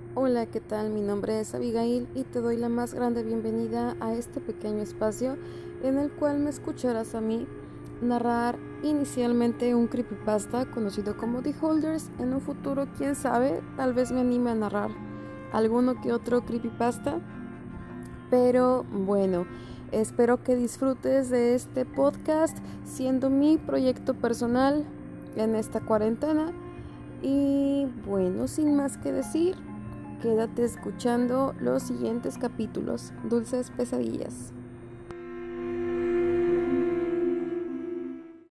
Hola, ¿qué tal? Mi nombre es Abigail y te doy la más grande bienvenida a este pequeño espacio en el cual me escucharás a mí narrar inicialmente un creepypasta conocido como The Holders. En un futuro, quién sabe, tal vez me anime a narrar alguno que otro creepypasta. Pero bueno, espero que disfrutes de este podcast siendo mi proyecto personal en esta cuarentena. Y bueno, sin más que decir, quédate escuchando los siguientes capítulos. Dulces pesadillas.